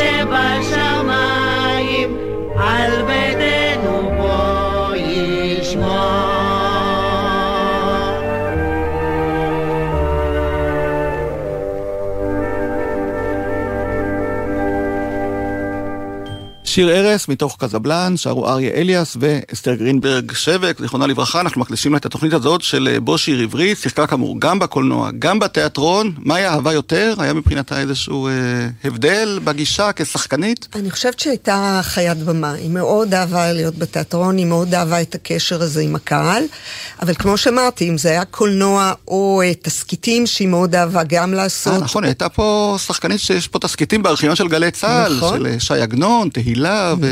שבשמיים על ביתנו בוא ישמור. שיר ערש מתוך קזבלן, שרו אריה אליאס ואסתר גרינברג שבק, זיכרונה לברכה. אנחנו מקדישים לה את התוכנית הזאת של בוא שיר עברי, שיחקה כאמור גם בקולנוע, גם בתיאטרון. מה היה אהבה יותר? היה מבחינתה איזשהו הבדל בגישה כשחקנית? אני חושבת שהייתה חיית במה, היא מאוד אהבה להיות בתיאטרון, היא מאוד אהבה את הקשר הזה עם הקהל, אבל כמו שאמרתי, אם זה היה קולנוע או תסקיטים שהיא מאוד אהבה גם לעשות. נכון, הייתה פה שחקנית שיש פה תסקיטים בארכיון של גלי צהל, נכון. של שי עגנון, תהילה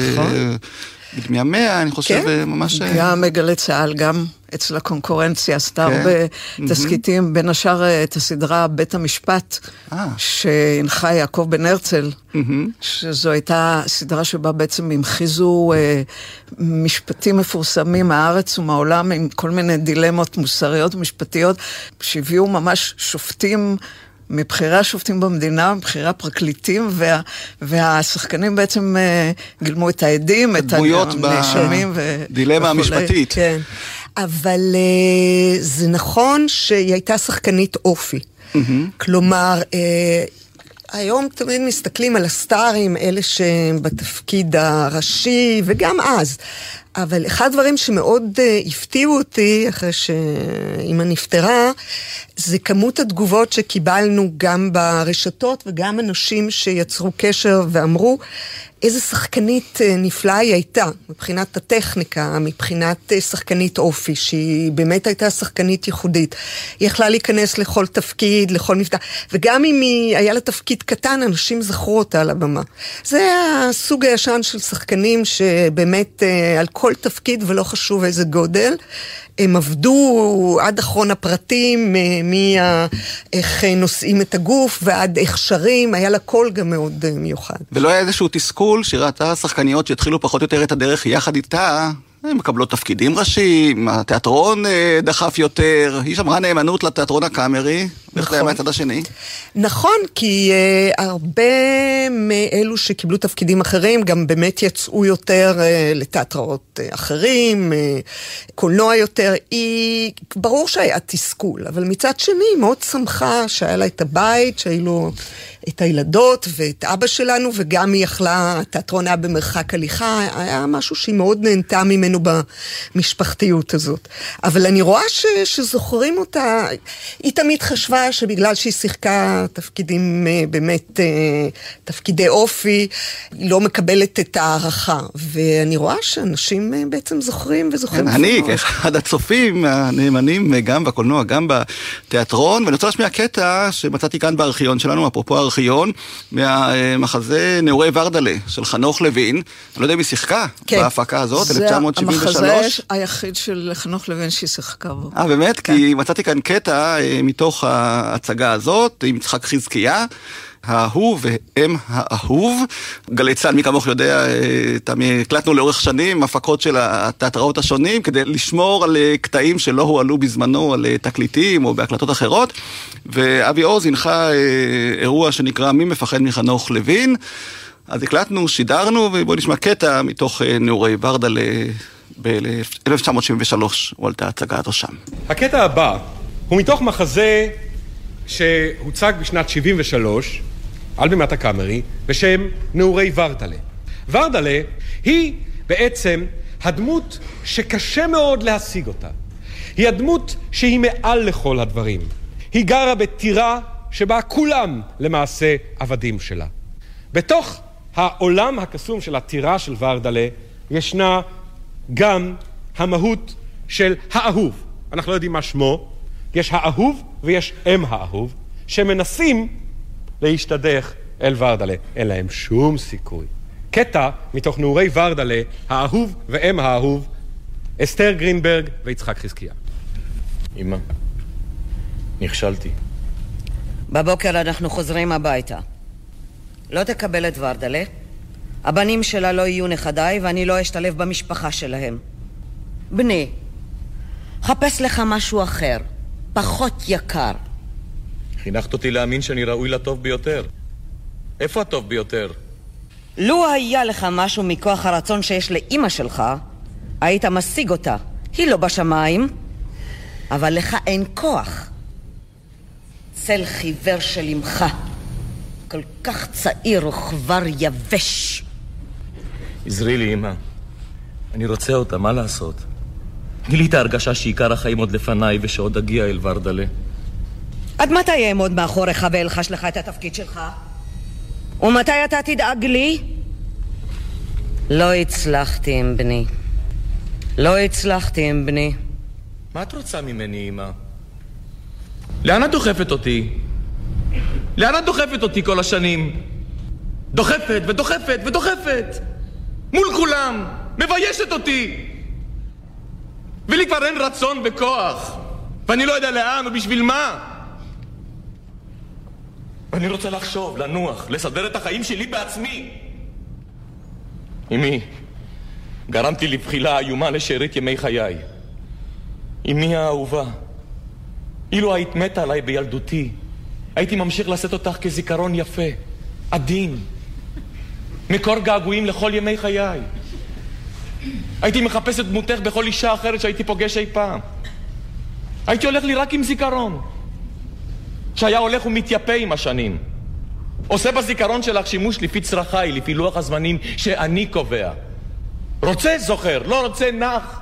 בדמי המאה, אני חושב ממש... גם בגלי צהל, גם אצל הקונקורנציה, עשתה הרבה תסקיטים, בין השאר את הסדרה בית המשפט, שהנחה יעקב בן הרצל, שזו הייתה סדרה שבה בעצם המחיזו משפטים מפורסמים מהארץ ומהעולם, עם כל מיני דילמות מוסריות ומשפטיות, שהביאו ממש שופטים, מבחירי השופטים במדינה, מבחירי הפרקליטים, והשחקנים בעצם גילמו את העדים, את הנאשמים דילמה המשפטית. כן. אבל זה נכון שהיא הייתה שחקנית אופי. כלומר, היום תמיד מסתכלים על הסטארים, אלה שהם בתפקיד הראשי, וגם אז. אבל אחד הדברים שמאוד הפתיעו אותי, אחרי שאמא נפטרה, זה כמות התגובות שקיבלנו גם ברשתות, וגם אנשים שיצרו קשר ואמרו, איזה שחקנית נפלאה היא הייתה, מבחינת הטכניקה, מבחינת שחקנית אופי, שהיא באמת הייתה שחקנית ייחודית. היא יכלה להיכנס לכל תפקיד, לכל מבטא, וגם אם היה לה תפקיד קטן, אנשים זכרו אותה על הבמה. זה הסוג הישן של שחקנים שבאמת על כל תפקיד, ולא חשוב איזה גודל, הם עבדו עד אחרון הפרטים, איך נושאים את הגוף, ועד איך שרים, היה לה קול גם מאוד מיוחד. ולא היה איזשהו תסכול שראתה שחקניות שהתחילו פחות או יותר את הדרך יחד איתה, הן מקבלות תפקידים ראשיים, התיאטרון דחף יותר, היא שמרה נאמנות לתיאטרון הקאמרי, ואיך זה היה מהצד השני? נכון, כי הרבה מאלו שקיבלו תפקידים אחרים, גם באמת יצאו יותר לתיאטראות אחרים, קולנוע יותר, ברור שהיה תסכול, אבל מצד שני מאוד שמחה שהיה לה את הבית, שהיו לו את הילדות ואת אבא שלנו, וגם היא יכלה, התיאטרון היה במרחק הליכה, היה משהו שהיא מאוד נהנתה ממנו במשפחתיות הזאת. אבל אני רואה שזוכרים אותה, היא תמיד חשבה שבגלל שהיא שיחקה תפקידים באמת, תפקידי אופי, היא לא מקבלת את הערכה. ואני רואה שאנשים בעצם זוכרים וזוכרים. אני, כאחד הצופים הנאמנים, גם בקולנוע, גם בתיאטרון, ואני רוצה להשמיע קטע שמצאתי כאן בארכיון שלנו, אפרופו הארכיון, מהמחזה נעורי ורדלה של חנוך לוין. אני לא יודע אם היא שיחקה בהפקה הזאת, 1973. זה המחזה היחיד של חנוך לוין שהיא שיחקה בו. באמת? כי מצאתי כאן קטע מתוך ההצגה הזאת, עם יצחק חזקיה, האהוב והם האהוב. גלי צה"ל, מי כמוך יודע, הקלטנו לאורך שנים הפקות של התיאטראות השונים, כדי לשמור על קטעים שלא הועלו בזמנו, על תקליטים או בהקלטות אחרות. ואבי עוז הנחה אירוע שנקרא מי מפחד מחנוך לוין. אז הקלטנו, שידרנו, ובואו נשמע קטע מתוך נעורי ורדלה ב-1973, הוא עלתה הצגה הזו שם. הקטע הבא הוא מתוך מחזה שהוצג בשנת 73 על בימת הקאמרי בשם נעורי ורדלה. ורדלה היא בעצם הדמות שקשה מאוד להשיג אותה. היא הדמות שהיא מעל לכל הדברים. היא גרה בטירה שבה כולם למעשה עבדים שלה. בתוך העולם הקסום של הטירה של ורדלה ישנה גם המהות של האהוב. אנחנו לא יודעים מה שמו. יש האהוב ויש אם האהוב שמנסים להשתדך אל ורדלה. אין להם שום סיכוי. קטע מתוך נעורי ורדלה, האהוב ואם האהוב, אסתר גרינברג ויצחק חזקיה. אמא, נכשלתי. בבוקר אנחנו חוזרים הביתה. לא תקבל את ורדלה. הבנים שלה לא יהיו נכדיי ואני לא אשתלב במשפחה שלהם. בני, חפש לך משהו אחר, פחות יקר. חינכת אותי להאמין שאני ראוי לטוב ביותר. איפה הטוב ביותר? לו היה לך משהו מכוח הרצון שיש לאמא שלך, היית משיג אותה. היא לא בשמיים, אבל לך אין כוח. צל חיוור של אמך, כל כך צעיר וכבר יבש. עזרי לי, אמא. אני רוצה אותה, מה לעשות? גילי את ההרגשה שעיקר החיים עוד לפניי ושעוד אגיע אל ורדלה. עד מתי יעמוד מאחוריך ואלחש לך את התפקיד שלך? ומתי אתה תדאג לי? לא הצלחתי עם בני. לא הצלחתי עם בני. מה את רוצה ממני, אמא? לאן את דוחפת אותי? לאן את דוחפת אותי כל השנים? דוחפת ודוחפת ודוחפת מול כולם, מביישת אותי. ולי כבר אין רצון וכוח, ואני לא יודע לאן ובשביל מה. ואני רוצה לחשוב, לנוח, לסדר את החיים שלי בעצמי. אמי, גרמתי לבחילה איומה לשארית ימי חיי. אמי האהובה, אילו היית מתה עליי בילדותי, הייתי ממשיך לשאת אותך כזיכרון יפה, עדין, מקור געגועים לכל ימי חיי. הייתי מחפש את דמותך בכל אישה אחרת שהייתי פוגש אי פעם. הייתי הולך לי רק עם זיכרון, שהיה הולך ומתייפה עם השנים. עושה בזיכרון שלך שימוש לפי צרכיי, לפי לוח הזמנים שאני קובע. רוצה זוכר, לא רוצה נח.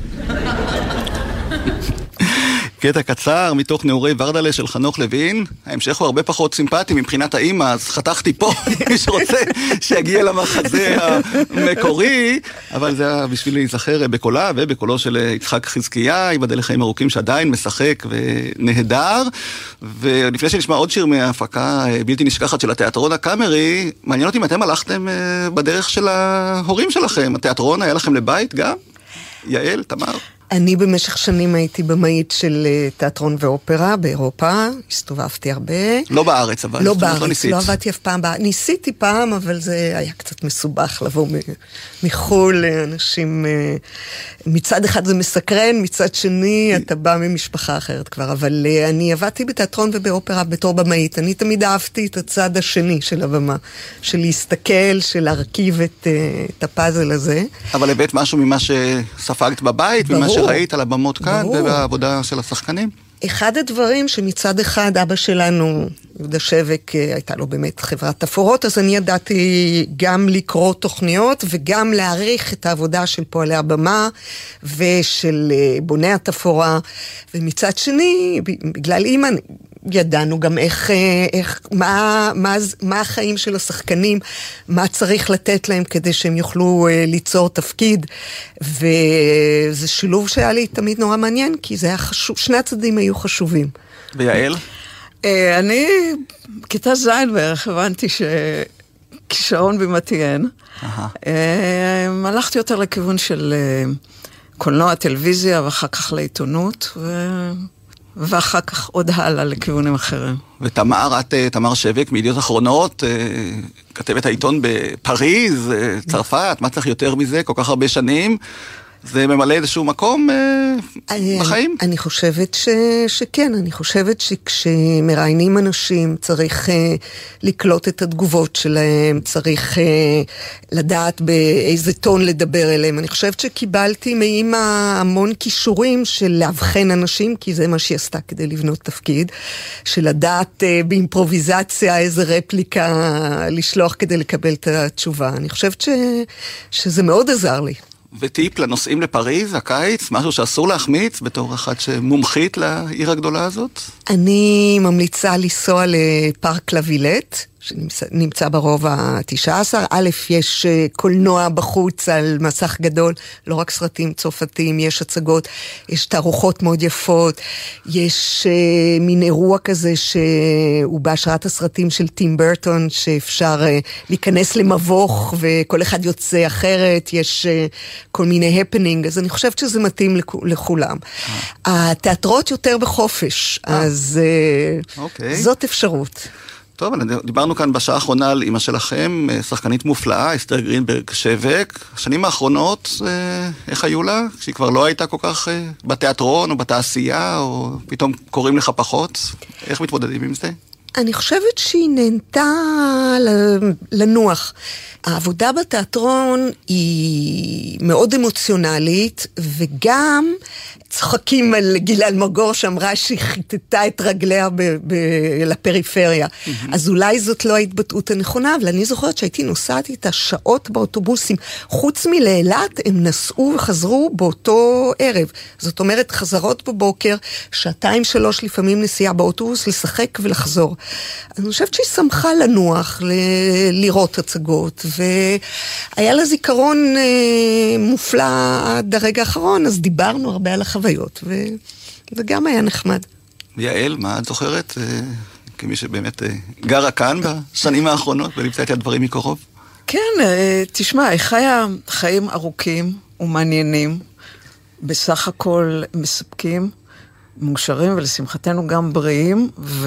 קטע קצר מתוך נעורי ורדלה של חנוך לוין. ההמשך הוא הרבה פחות סימפטי מבחינת האמא, אז חתכתי פה מי שרוצה שיגיע למחזה המקורי, אבל זה היה בשביל להיזכר בקולה ובקולו של יצחק חזקיה, ייבדל לחיים ארוכים, שעדיין משחק ונהדר. ולפני שנשמע עוד שיר מההפקה בלתי נשכחת של התיאטרון הקאמרי, מעניין אותי אם אתם הלכתם בדרך של ההורים שלכם. התיאטרון היה לכם לבית גם? יעל, תמר? אני במשך שנים הייתי במאית של תיאטרון ואופרה באירופה, הסתובבתי הרבה. לא בארץ, אבל לא בארץ, לא עבדתי אף פעם. ניסיתי פעם, אבל זה היה קצת מסובך לבוא מחול לאנשים. מצד אחד זה מסקרן, מצד שני אתה בא ממשפחה אחרת כבר, אבל אני עבדתי בתיאטרון ובאופרה בתור במאית. אני תמיד אהבתי את הצד השני של הבמה, של להסתכל, של להרכיב את הפאזל הזה. אבל הבאת משהו ממה שספגת בבית, ומה שראית על הבמות כאן, ובעבודה של השחקנים? אחד הדברים שמצד אחד אבא שלנו, יהודה שבק, הייתה לו באמת חברת תפאורות, אז אני ידעתי גם לקרוא תוכניות וגם להעריך את העבודה של פועלי הבמה ושל בוני התפאורה, ומצד שני, בגלל אימא, ידענו גם מה החיים של השחקנים, מה צריך לתת להם כדי שהם יוכלו ליצור תפקיד, וזה שילוב שהיה לי תמיד נורא מעניין, כי זה היה חשוב, שני הצדדים היו חשובים. ויעל? אני, כיתה זין בערך, הבנתי שכישרון במתיין. הלכתי יותר לכיוון של קולנוע, טלוויזיה, ואחר כך לעיתונות, ואחר כך עוד הלאה לכיוונים אחרים. ותמר, תמר שבק מידיעות אחרונות, כתבת העיתון בפריז, צרפת, מה צריך יותר מזה, כל כך הרבה שנים, זה ממלא איזשהו מקום בחיים? אני חושבת שכן, אני חושבת שכשמראיינים אנשים צריך לקלוט את התגובות שלהם, צריך לדעת באיזה טון לדבר אליהם. אני חושבת שקיבלתי מאמא המון כישורים של להבחן אנשים, כי זה מה שהיא עשתה כדי לבנות תפקיד, של לדעת באימפרוביזציה איזה רפליקה לשלוח כדי לקבל את התשובה. אני חושבת שזה מאוד עזר לי. וטיפ לנוסעים לפריז, הקיץ, משהו שאסור להחמיץ בתור אחת שמומחית לעיר הגדולה הזאת? אני ממליצה לנסוע לפארק לווילט, שנמצא ברוב ה-19. א', יש קולנוע בחוץ על מסך גדול, לא רק סרטים צרפתיים, יש הצגות, יש תערוכות מאוד יפות, יש מין אירוע כזה שהוא בהשראת הסרטים של טים ברטון, שאפשר להיכנס למבוך וכל אחד יוצא אחרת, יש כל מיני הפנינג, אז אני חושבת שזה מתאים לכולם. התיאטרות יותר בחופש, אז זאת אפשרות. טוב, דיברנו כאן בשעה האחרונה על אמא שלכם, שחקנית מופלאה, אסתר גרינברג שבק. השנים האחרונות, איך היו לה? כשהיא כבר לא הייתה כל כך בתיאטרון או בתעשייה, או פתאום קוראים לך פחות? איך מתמודדים עם זה? אני חושבת שהיא נהנתה לנוח. העבודה בתיאטרון היא מאוד אמוציונלית, וגם צוחקים על גילה אלמגור שאמרה שהיא חיטטה את רגליה לפריפריה. אז אולי זאת לא ההתבטאות הנכונה, אבל אני זוכרת שהייתי נוסעת איתה שעות באוטובוסים. חוץ מלאילת, הם נסעו וחזרו באותו ערב. זאת אומרת, חזרות בבוקר, 2-3 לפעמים נסיעה באוטובוס, לשחק ולחזור. אני חושבת שהיא שמחה לנוח, לראות הצגות, והיה לה זיכרון מופלא עד הרגע האחרון, אז דיברנו הרבה על החוויות, וזה גם היה נחמד. יעל, מה את זוכרת? כמי שבאמת גרה כאן בשנים האחרונות, ולמצאת את הדברים מקרוב? כן, תשמע, היא חיה חיים ארוכים ומעניינים, בסך הכל מספקים, מאושרים, ולשמחתנו גם בריאים,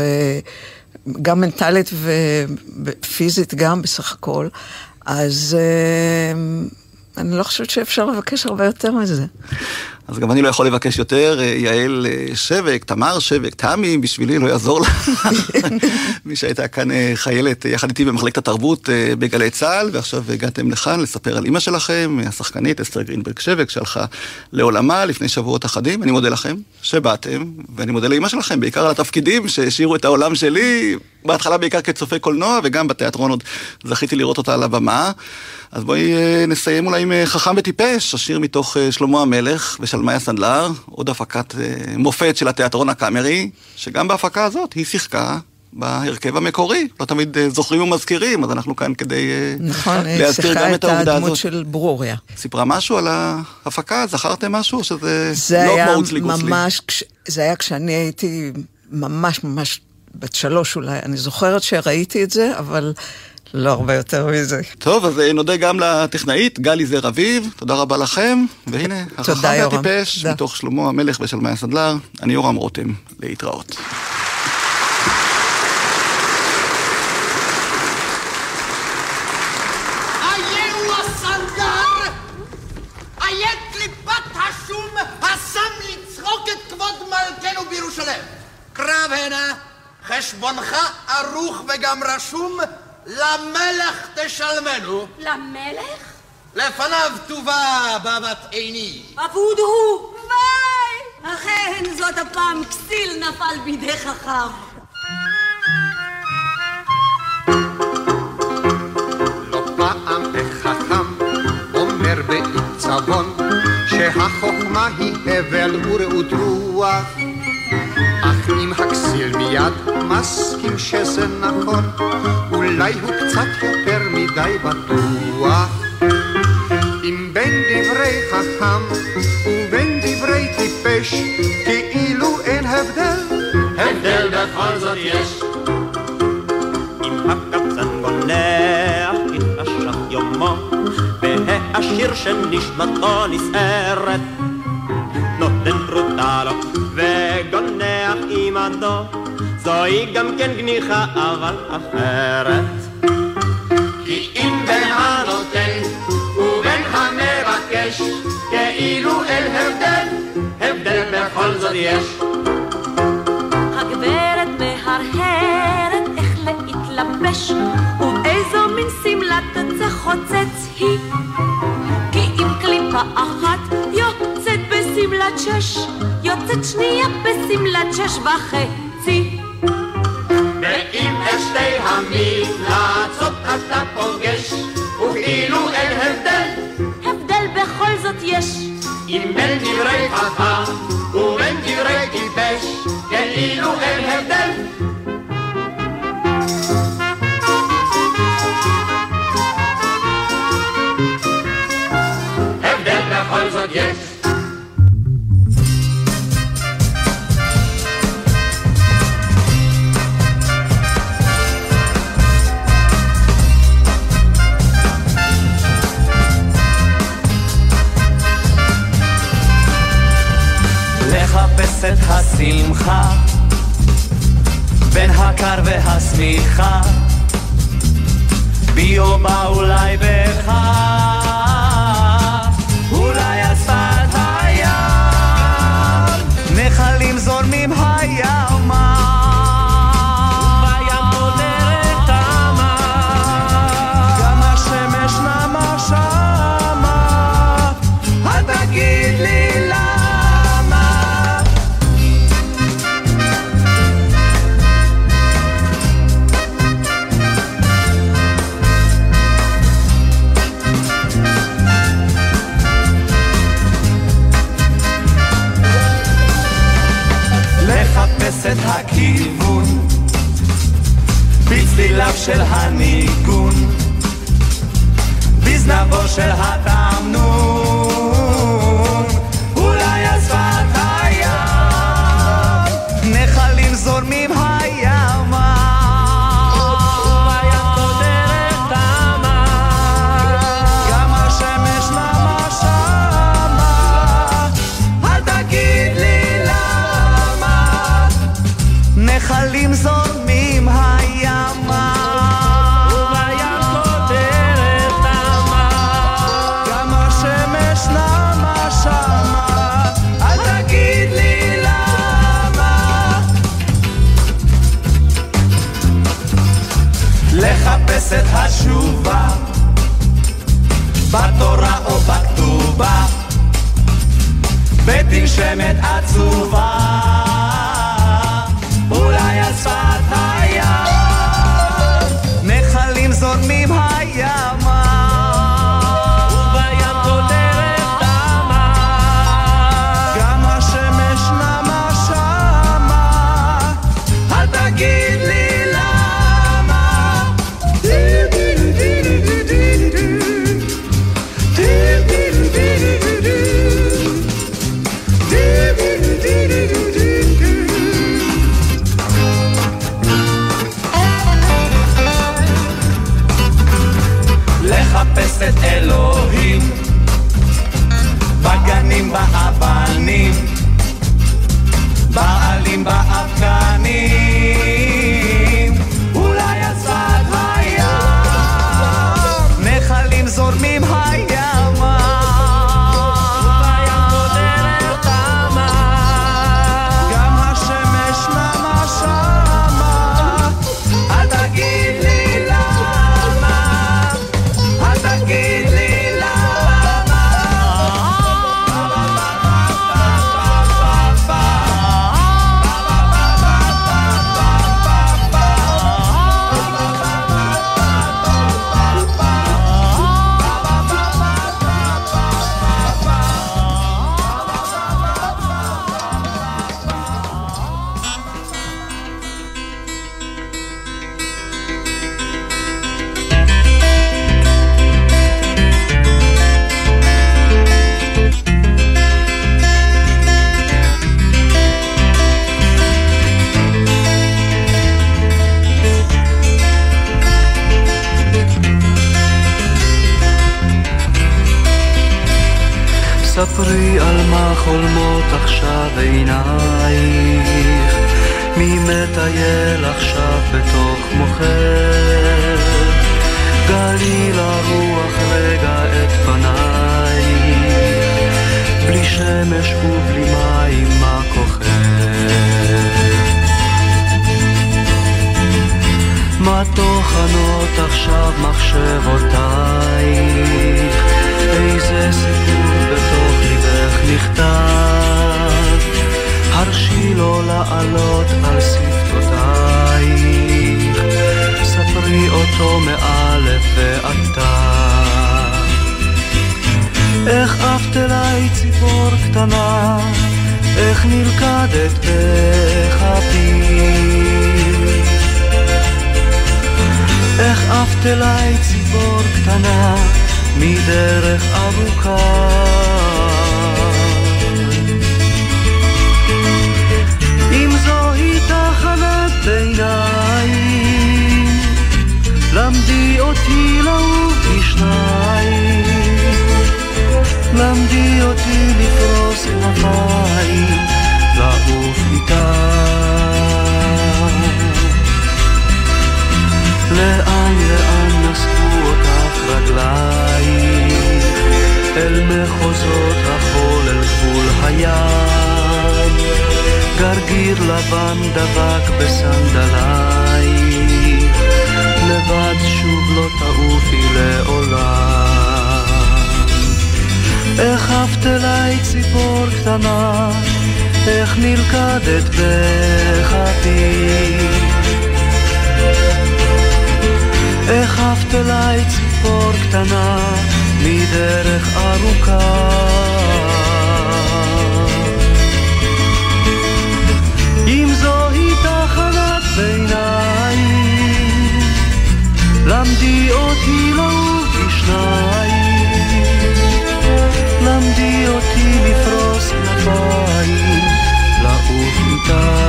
וגם מנטלית ופיזית גם בסך הכל. אז אני לא חושבת שאפשר לבקש הרבה יותר מזה. אז גם אני לא יכול לבקש יותר. יעל שבק, תמר שבק, תמי, בשבילי לא יעזור לה. מי שהייתה כאן חיילת יחד איתי במחלקת התרבות בגלי צהל, ועכשיו הגעתם לכאן לספר על אמא שלכם, השחקנית אסתר גרינברג שבק, שהלכה לעולמה לפני שבועות אחדים. אני מודה לכם שבאתם, ואני מודה לאמא שלכם, בעיקר על התפקידים שהשאירו את העולם שלי, בהתחלה בעיקר כצופה קולנוע, וגם בתיאטרון עוד זכיתי לראות אותה על הבמה. אז בואי נסיים אולי עם חכם וטיפש, השיר מתוך שלמה המלך ושלמיה סנדלר, עוד הפקת מופת של התיאטרון הקאמרי, שגם בהפקה הזאת היא שיחקה בהרכב המקורי. לא תמיד זוכרים ומזכירים, אז אנחנו כאן כדי להזכיר גם את העובדה הזאת. שיחקה את הדמות של ברוריה. סיפרה משהו על ההפקה? זכרתם משהו? שזה לא כמו אוצלי גוצלי? זה היה כשאני הייתי ממש בת 3 אולי. אני זוכרת שראיתי את זה, אבל לא הרבה יותר מזה. טוב, אז נודה גם לטכנאית, גלי זר אביב, תודה רבה לכם, והנה, החכם והטיפש, מתוך שלמה המלך ושלמיה סנדלר, אני יורם רותם, להתראות. אייהו הסנדלר, איה קליפת השום, השם לצחוק את כבוד מלכנו בירושלים. קרב הנה, חשבונך ערוך וגם רשום, למלך תשלמנו. למלך? לפניו טובה בבת עיני. אבוד הוא! ביי! אכן זאת הפעם כסיל נפל בידי חכם. לא פעם החכם אומר בעיצבון שהחוכמה היא הבל ורעות רוח, אך אם הכסיל מיד מסכים שזה נכון, אולי הוא קצת יותר מדי בטוח. אם בין דברי חכם ובין דברי טיפש כאילו אין הבדל, הבדל בכל זאת יש. אם הקבצן גונח יתחשך יומו, והעשיר שנשמתו נסערת, נותן פרוטה לו וגונח עם עדו, זוהי גם כן גניחה אבל אחרת. כי אם בין הנותן ובין המבקש כאילו אין הבדל, הבדל בכל זאת יש. הגברת מהרהרת איך להתלבש, ובאיזו מין סמלת חוצץ היא, כי אם קליפה אחת יוצאת בסמלת 6, יוצאת שנייה בסמלת 6.5. ואם את שתי המלצות אתה פוגש, וכאילו אין הבדל, הבדל בכל זאת יש. אם בין דברי חכם ובין דברי טיפש, כאילו אין הבדל. הבדל בכל זאת יש. לחפש את השמחה בין הקר והשמיכה, בי או בה אולי בך, אולי על שפת הים נחלים זורמים הימה, בים בודרת תמה, גם השמש נמה שמה, אל תגיד לי את הכיוון בצליליו של הניגון, בזנבו של התמנון, אולי על שפת הים נחלים זורמים הימה, ובים בודרת תמה, גם השמש נמה שמה, אל תגיד לי נחלים זורמים הימה, ובים בודרת תמה, גם השמש נמה שמה, אל תגיד לי למה. לחפש את התשובה בתורה או בכתובה, בדין שמת עצובה, אולי על שפת הים נחלים זורמים הימה, ובים בודרת תמה, גם השמש נמה שמה, אל תגיד לי למה. ספרי על מה חולמות עכשיו עינייך, מי מטייל עכשיו בתוך מוחך, גלי לרוח רגע את פנייך, בלי שמש ובלי מים מה כוחך. מה טוחנות עכשיו מחשבותייך, איזה סיפור בתוך ליבך נכתב, הרשי לו לעלות על שפתותייך, ספרי אותו מאלף ועד תו. איך עפת אליי ציפור קטנה, איך נלכדת בכפי, איך עפת אליי ציפור קטנה מדרך ארוכה. אם זוהי תחנת ביניים, למדי אותי לעוף בשניים, למדי אותי לפרוס כנפיים, לעוף איתה. לאן לאן נסעו אותך רגלייך, אל מחוזות החול אל גבול הים, גרגיר לבן דבק בסנדלייך, לבד שוב לא תעופי לעולם. איך עפת אליי ציפור קטנה, איך נלכדת בכפי, איך עפת אליי ציפור קטנה מדרך ארוכה. אם זוהי תחנת ביניים, למדי אותי לעוף בשניים, למדי אותי לפרוס כנפיים, לעוף איתה.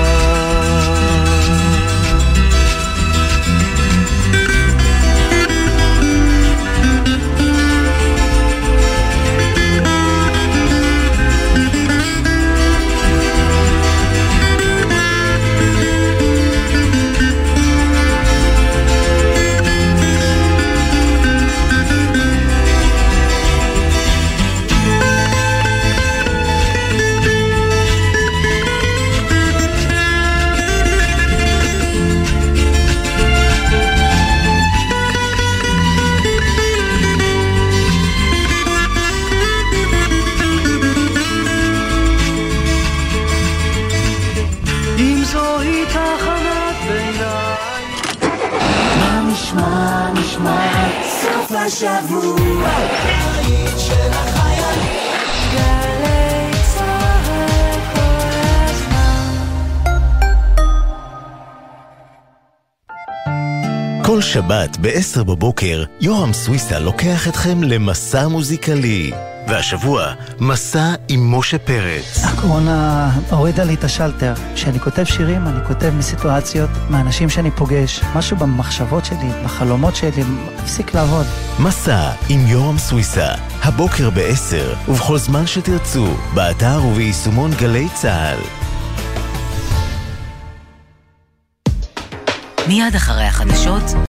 השבוע היית של החיילים, גלי צהל כל הזמן. כל שבת ב-10 בבוקר יורם סוויסה לוקח אתכם למסע מוזיקלי, והשבוע מסע עם משה פרץ. הקורונה הורידה לי את השלטר. כשאני כותב שירים, אני כותב מסיטואציות, מאנשים שאני פוגש, משהו במחשבות שלי, בחלומות שלי, הפסיק לעבוד. מסע עם יורם סוויסה, הבוקר ב-10 ובכל זמן שתרצו, באתר וביישומון גלי צהל. מיד אחרי החדשות